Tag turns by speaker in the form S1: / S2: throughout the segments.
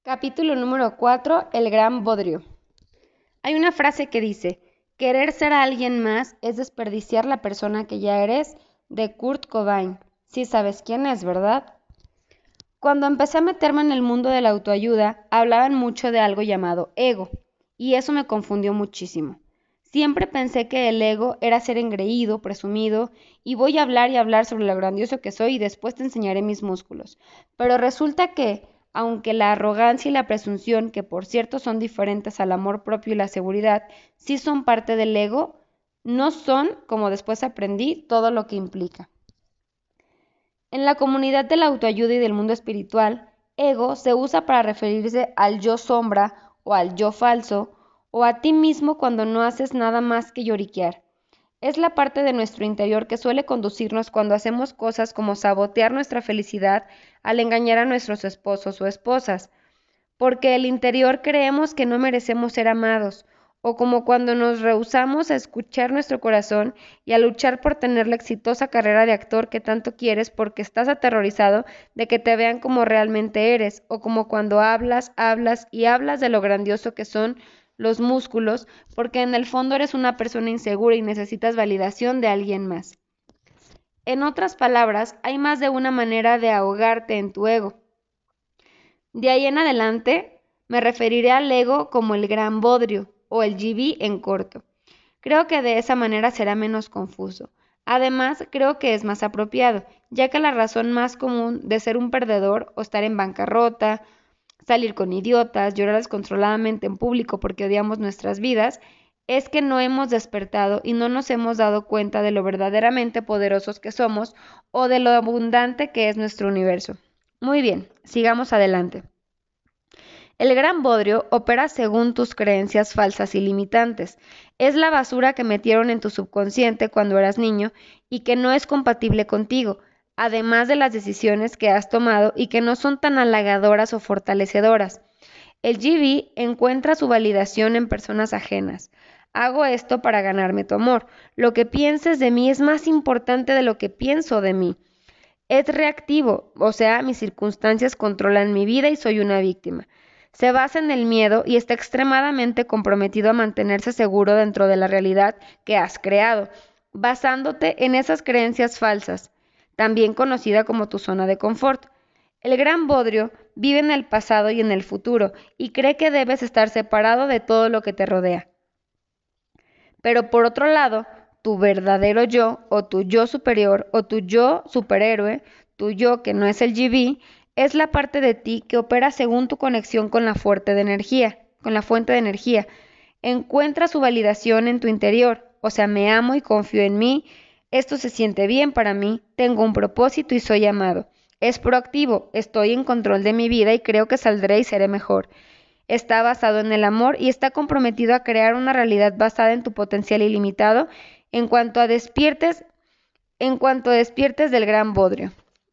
S1: Capítulo número 4. El gran bodrio. Hay una frase que dice, querer ser alguien más es desperdiciar la persona que ya eres, de Kurt Cobain. Sí sabes quién es, ¿verdad? Cuando empecé a meterme en el mundo de la autoayuda, hablaban mucho de algo llamado ego, y eso me confundió muchísimo. Siempre pensé que el ego era ser engreído, presumido, y voy a hablar y hablar sobre lo grandioso que soy y después te enseñaré mis músculos. Pero resulta que, aunque la arrogancia y la presunción, que por cierto son diferentes al amor propio y la seguridad, sí son parte del ego, no son, como después aprendí, todo lo que implica. En la comunidad de la autoayuda y del mundo espiritual, ego se usa para referirse al yo sombra o al yo falso o a ti mismo cuando no haces nada más que lloriquear. Es la parte de nuestro interior que suele conducirnos cuando hacemos cosas como sabotear nuestra felicidad al engañar a nuestros esposos o esposas, porque el interior creemos que no merecemos ser amados, o como cuando nos rehusamos a escuchar nuestro corazón y a luchar por tener la exitosa carrera de actor que tanto quieres porque estás aterrorizado de que te vean como realmente eres, o como cuando hablas y hablas de lo grandioso que son los músculos, porque en el fondo eres una persona insegura y necesitas validación de alguien más. En otras palabras, hay más de una manera de ahogarte en tu ego. De ahí en adelante me referiré al ego como el gran bodrio o el GB en corto. Creo que de esa manera será menos confuso. Además, creo que es más apropiado, ya que la razón más común de ser un perdedor o estar en bancarrota, salir con idiotas, llorar descontroladamente en público porque odiamos nuestras vidas, es que no hemos despertado y no nos hemos dado cuenta de lo verdaderamente poderosos que somos o de lo abundante que es nuestro universo. Muy bien, sigamos adelante. El gran bodrio opera según tus creencias falsas y limitantes. Es la basura que metieron en tu subconsciente cuando eras niño y que no es compatible contigo, además de las decisiones que has tomado y que no son tan halagadoras o fortalecedoras. El GB encuentra su validación en personas ajenas. Hago esto para ganarme tu amor. Lo que pienses de mí es más importante de lo que pienso de mí. Es reactivo, o sea, mis circunstancias controlan mi vida y soy una víctima. Se basa en el miedo y está extremadamente comprometido a mantenerse seguro dentro de la realidad que has creado, basándote en esas creencias falsas, también conocida como tu zona de confort. El gran bodrio vive en el pasado y en el futuro y cree que debes estar separado de todo lo que te rodea. Pero por otro lado, tu verdadero yo o tu yo superior o tu yo superhéroe, tu yo que no es el GB, es la parte de ti que opera según tu conexión con la fuente de energía. Encuentra su validación en tu interior, o sea, me amo y confío en mí, esto se siente bien para mí, tengo un propósito y soy amado. Es proactivo, estoy en control de mi vida y creo que saldré y seré mejor. Está basado en el amor y está comprometido a crear una realidad basada en tu potencial ilimitado en cuanto despiertes del gran bodrio.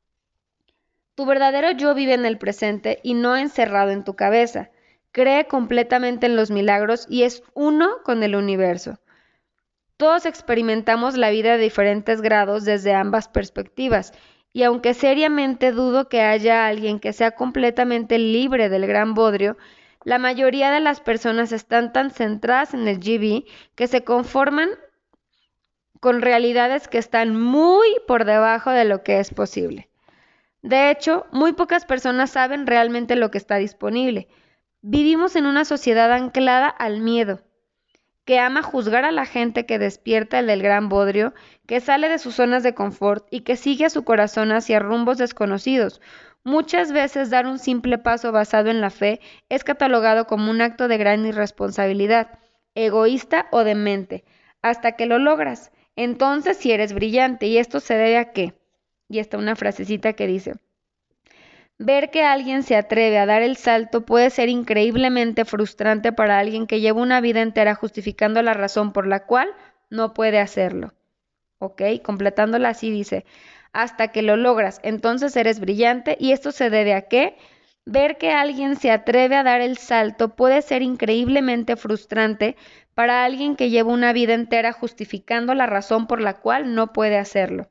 S1: Tu verdadero yo vive en el presente y no encerrado en tu cabeza. Cree completamente en los milagros y es uno con el universo. Todos experimentamos la vida de diferentes grados desde ambas perspectivas, y aunque seriamente dudo que haya alguien que sea completamente libre del gran bodrio, la mayoría de las personas están tan centradas en el GB que se conforman con realidades que están muy por debajo de lo que es posible. De hecho, muy pocas personas saben realmente lo que está disponible. Vivimos en una sociedad anclada al miedo, que ama juzgar a la gente que despierta el del gran bodrio, que sale de sus zonas de confort y que sigue a su corazón hacia rumbos desconocidos. Muchas veces dar un simple paso basado en la fe es catalogado como un acto de gran irresponsabilidad, egoísta o demente, hasta que lo logras. Entonces, si eres brillante, ¿y esto se debe a qué? Y está una frasecita que dice: ver que alguien se atreve a dar el salto puede ser increíblemente frustrante para alguien que lleva una vida entera justificando la razón por la cual no puede hacerlo. ¿Ok? Completándola así dice: hasta que lo logras, entonces eres brillante. ¿Y esto se debe a qué? Ver que alguien se atreve a dar el salto puede ser increíblemente frustrante para alguien que lleva una vida entera justificando la razón por la cual no puede hacerlo.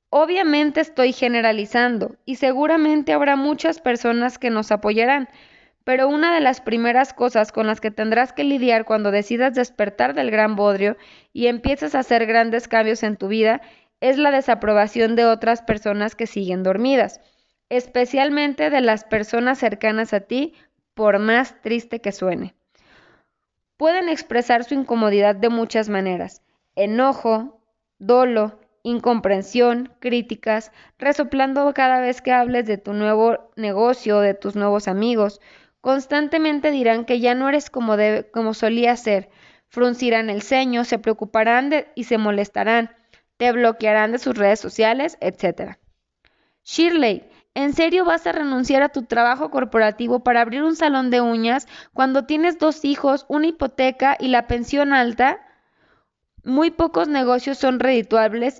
S1: Obviamente estoy generalizando y seguramente habrá muchas personas que nos apoyarán, Pero una de las primeras cosas con las que tendrás que lidiar cuando decidas despertar del gran bodrio y empieces a hacer grandes cambios en tu vida es la desaprobación de otras personas que siguen dormidas, especialmente de las personas cercanas a ti, por más triste que suene. Pueden expresar su incomodidad de muchas maneras: enojo, dolo, incomprensión, críticas, resoplando cada vez que hables de tu nuevo negocio o de tus nuevos amigos. Constantemente dirán que ya no eres como solía ser, fruncirán el ceño, se preocuparán y se molestarán, te bloquearán de sus redes sociales, etc. Shirley, ¿en serio vas a renunciar a tu trabajo corporativo para abrir un salón de uñas cuando tienes 2 hijos, una hipoteca y la pensión alta? Muy pocos negocios son redituables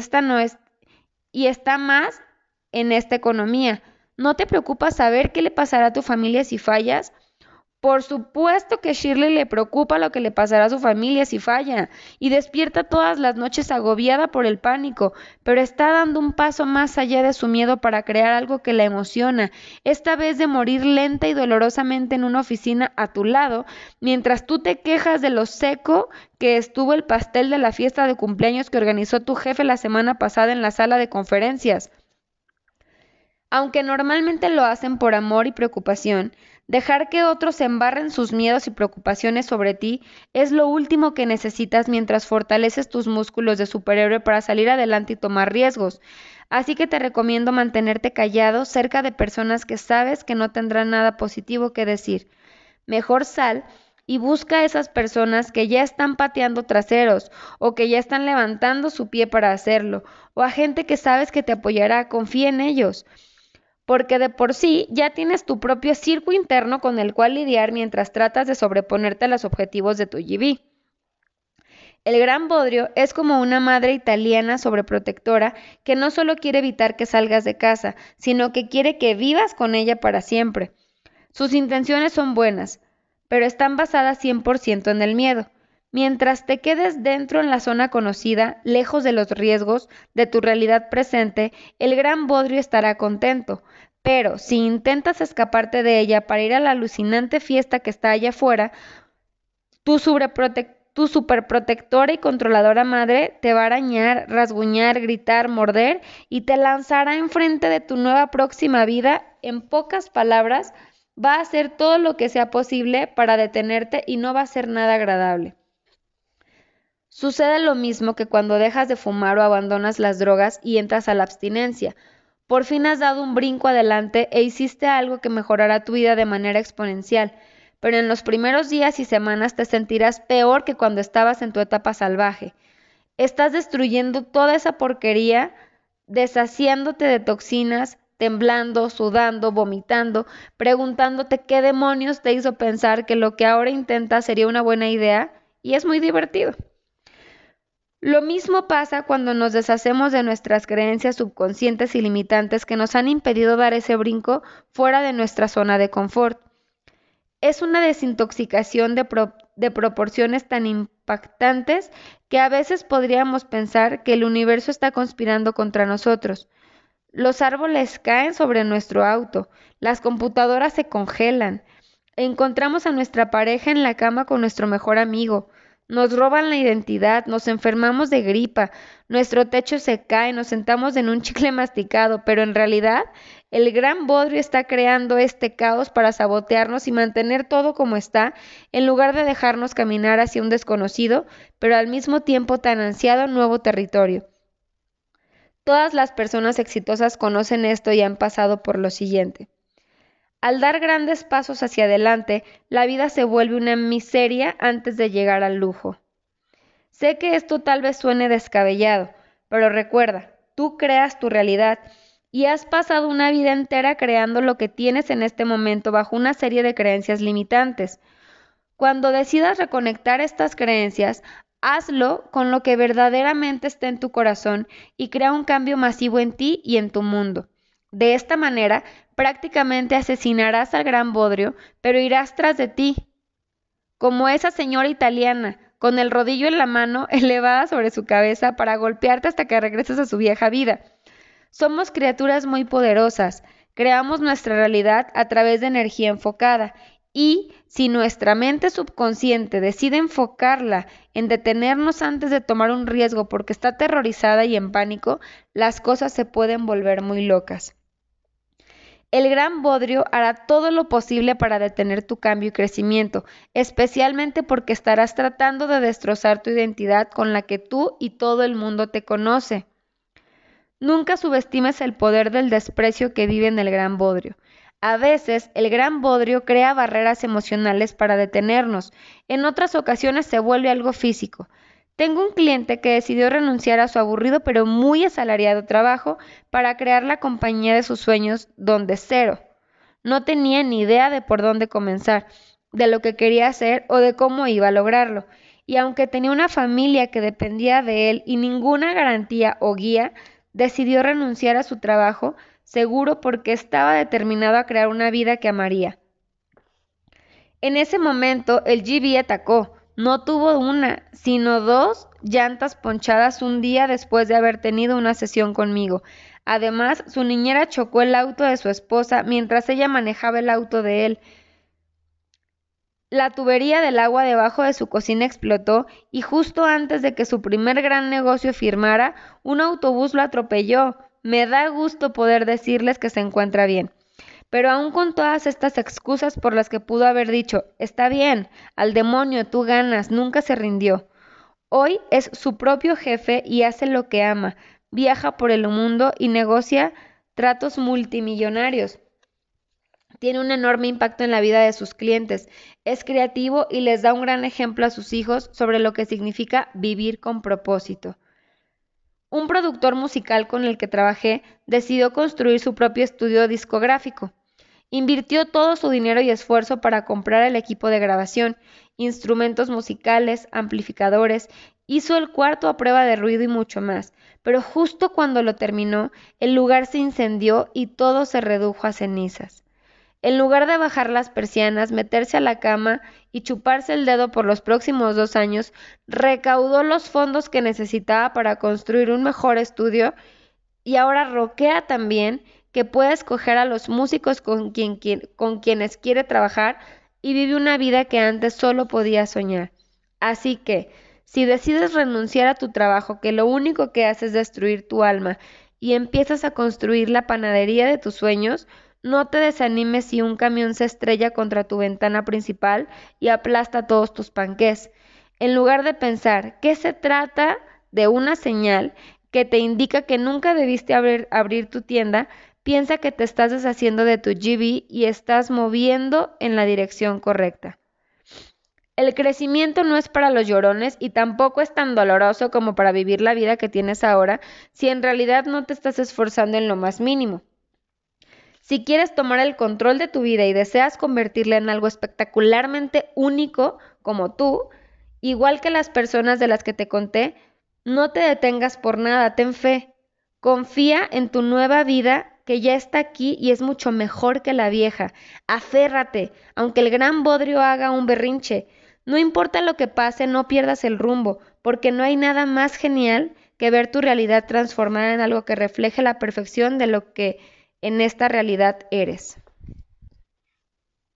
S1: y está más en esta economía. ¿No te preocupa saber qué le pasará a tu familia si fallas? Por supuesto que a Shirley le preocupa lo que le pasará a su familia si falla, y despierta todas las noches agobiada por el pánico, pero está dando un paso más allá de su miedo para crear algo que la emociona, esta vez de morir lenta y dolorosamente en una oficina a tu lado, mientras tú te quejas de lo seco que estuvo el pastel de la fiesta de cumpleaños que organizó tu jefe la semana pasada en la sala de conferencias. Aunque normalmente lo hacen por amor y preocupación, dejar que otros embarren sus miedos y preocupaciones sobre ti es lo último que necesitas mientras fortaleces tus músculos de superhéroe para salir adelante y tomar riesgos. Así que te recomiendo mantenerte callado cerca de personas que sabes que no tendrán nada positivo que decir. Mejor sal y busca a esas personas que ya están pateando traseros o que ya están levantando su pie para hacerlo, o a gente que sabes que te apoyará. Confía en ellos, porque de por sí ya tienes tu propio circo interno con el cual lidiar mientras tratas de sobreponerte a los objetivos de tu GB. El gran bodrio es como una madre italiana sobreprotectora que no solo quiere evitar que salgas de casa, sino que quiere que vivas con ella para siempre. Sus intenciones son buenas, pero están basadas 100% en el miedo. Mientras te quedes dentro en la zona conocida, lejos de los riesgos de tu realidad presente, el gran bodrio estará contento. Pero si intentas escaparte de ella para ir a la alucinante fiesta que está allá afuera, tu superprotectora y controladora madre te va a arañar, rasguñar, gritar, morder y te lanzará enfrente de tu nueva próxima vida. En pocas palabras, va a hacer todo lo que sea posible para detenerte y no va a ser nada agradable. Sucede lo mismo que cuando dejas de fumar o abandonas las drogas y entras a la abstinencia. Por fin has dado un brinco adelante e hiciste algo que mejorará tu vida de manera exponencial, pero en los primeros días y semanas te sentirás peor que cuando estabas en tu etapa salvaje. Estás destruyendo toda esa porquería, deshaciéndote de toxinas, temblando, sudando, vomitando, preguntándote qué demonios te hizo pensar que lo que ahora intentas sería una buena idea, y es muy divertido. Lo mismo pasa cuando nos deshacemos de nuestras creencias subconscientes y limitantes que nos han impedido dar ese brinco fuera de nuestra zona de confort. Es una desintoxicación de proporciones tan impactantes que a veces podríamos pensar que el universo está conspirando contra nosotros. Los árboles caen sobre nuestro auto, las computadoras se congelan, encontramos a nuestra pareja en la cama con nuestro mejor amigo, nos roban la identidad, nos enfermamos de gripa, nuestro techo se cae, nos sentamos en un chicle masticado, pero en realidad el gran bodrio está creando este caos para sabotearnos y mantener todo como está, en lugar de dejarnos caminar hacia un desconocido, pero al mismo tiempo tan ansiado nuevo territorio. Todas las personas exitosas conocen esto y han pasado por lo siguiente. Al dar grandes pasos hacia adelante, la vida se vuelve una miseria antes de llegar al lujo. Sé que esto tal vez suene descabellado, pero recuerda, tú creas tu realidad y has pasado una vida entera creando lo que tienes en este momento bajo una serie de creencias limitantes. Cuando decidas reconectar estas creencias, hazlo con lo que verdaderamente está en tu corazón y crea un cambio masivo en ti y en tu mundo. De esta manera, prácticamente asesinarás al gran bodrio, pero irás tras de ti, como esa señora italiana, con el rodillo en la mano elevada sobre su cabeza para golpearte hasta que regreses a su vieja vida. Somos criaturas muy poderosas, Creamos nuestra realidad a través de energía enfocada y si nuestra mente subconsciente decide enfocarla en detenernos antes de tomar un riesgo porque está aterrorizada y en pánico, las cosas se pueden volver muy locas. El gran bodrio hará todo lo posible para detener tu cambio y crecimiento, especialmente porque estarás tratando de destrozar tu identidad con la que tú y todo el mundo te conoce. Nunca subestimes el poder del desprecio que vive en el gran bodrio. A veces, el gran bodrio crea barreras emocionales para detenernos. En otras ocasiones se vuelve algo físico. Tengo un cliente que decidió renunciar a su aburrido pero muy asalariado trabajo para crear la compañía de sus sueños donde cero. No tenía ni idea de por dónde comenzar, de lo que quería hacer o de cómo iba a lograrlo. Y aunque tenía una familia que dependía de él y ninguna garantía o guía, decidió renunciar a su trabajo, seguro porque estaba determinado a crear una vida que amaría. En ese momento, el GB atacó. No tuvo una, sino dos llantas ponchadas un día después de haber tenido una sesión conmigo. Además, su niñera chocó el auto de su esposa mientras ella manejaba el auto de él. La tubería del agua debajo de su cocina explotó y justo antes de que su primer gran negocio firmara, un autobús lo atropelló. Me da gusto poder decirles que se encuentra bien. Pero aún con todas estas excusas por las que pudo haber dicho, está bien, al demonio, tú ganas, nunca se rindió. Hoy es su propio jefe y hace lo que ama, viaja por el mundo y negocia tratos multimillonarios. Tiene un enorme impacto en la vida de sus clientes, es creativo y les da un gran ejemplo a sus hijos sobre lo que significa vivir con propósito. Un productor musical con el que trabajé decidió construir su propio estudio discográfico. Invirtió todo su dinero y esfuerzo para comprar el equipo de grabación, instrumentos musicales, amplificadores, hizo el cuarto a prueba de ruido y mucho más, pero justo cuando lo terminó, el lugar se incendió y todo se redujo a cenizas. En lugar de bajar las persianas, meterse a la cama y chuparse el dedo por los próximos 2 años, recaudó los fondos que necesitaba para construir un mejor estudio y ahora roquea también que puede escoger a los músicos con quienes quiere trabajar y vive una vida que antes solo podía soñar. Así que, si decides renunciar a tu trabajo, que lo único que hace es destruir tu alma, y empiezas a construir la panadería de tus sueños, no te desanimes si un camión se estrella contra tu ventana principal y aplasta todos tus panqués. En lugar de pensar que se trata de una señal que te indica que nunca debiste abrir tu tienda, piensa que te estás deshaciendo de tu GB y estás moviendo en la dirección correcta. El crecimiento no es para los llorones y tampoco es tan doloroso como para vivir la vida que tienes ahora si en realidad no te estás esforzando en lo más mínimo. Si quieres tomar el control de tu vida y deseas convertirla en algo espectacularmente único como tú, igual que las personas de las que te conté, no te detengas por nada, ten fe. Confía en tu nueva vida que ya está aquí y es mucho mejor que la vieja. Aférrate, aunque el gran bodrio haga un berrinche. No importa lo que pase, no pierdas el rumbo, porque no hay nada más genial que ver tu realidad transformada en algo que refleje la perfección de lo que en esta realidad eres.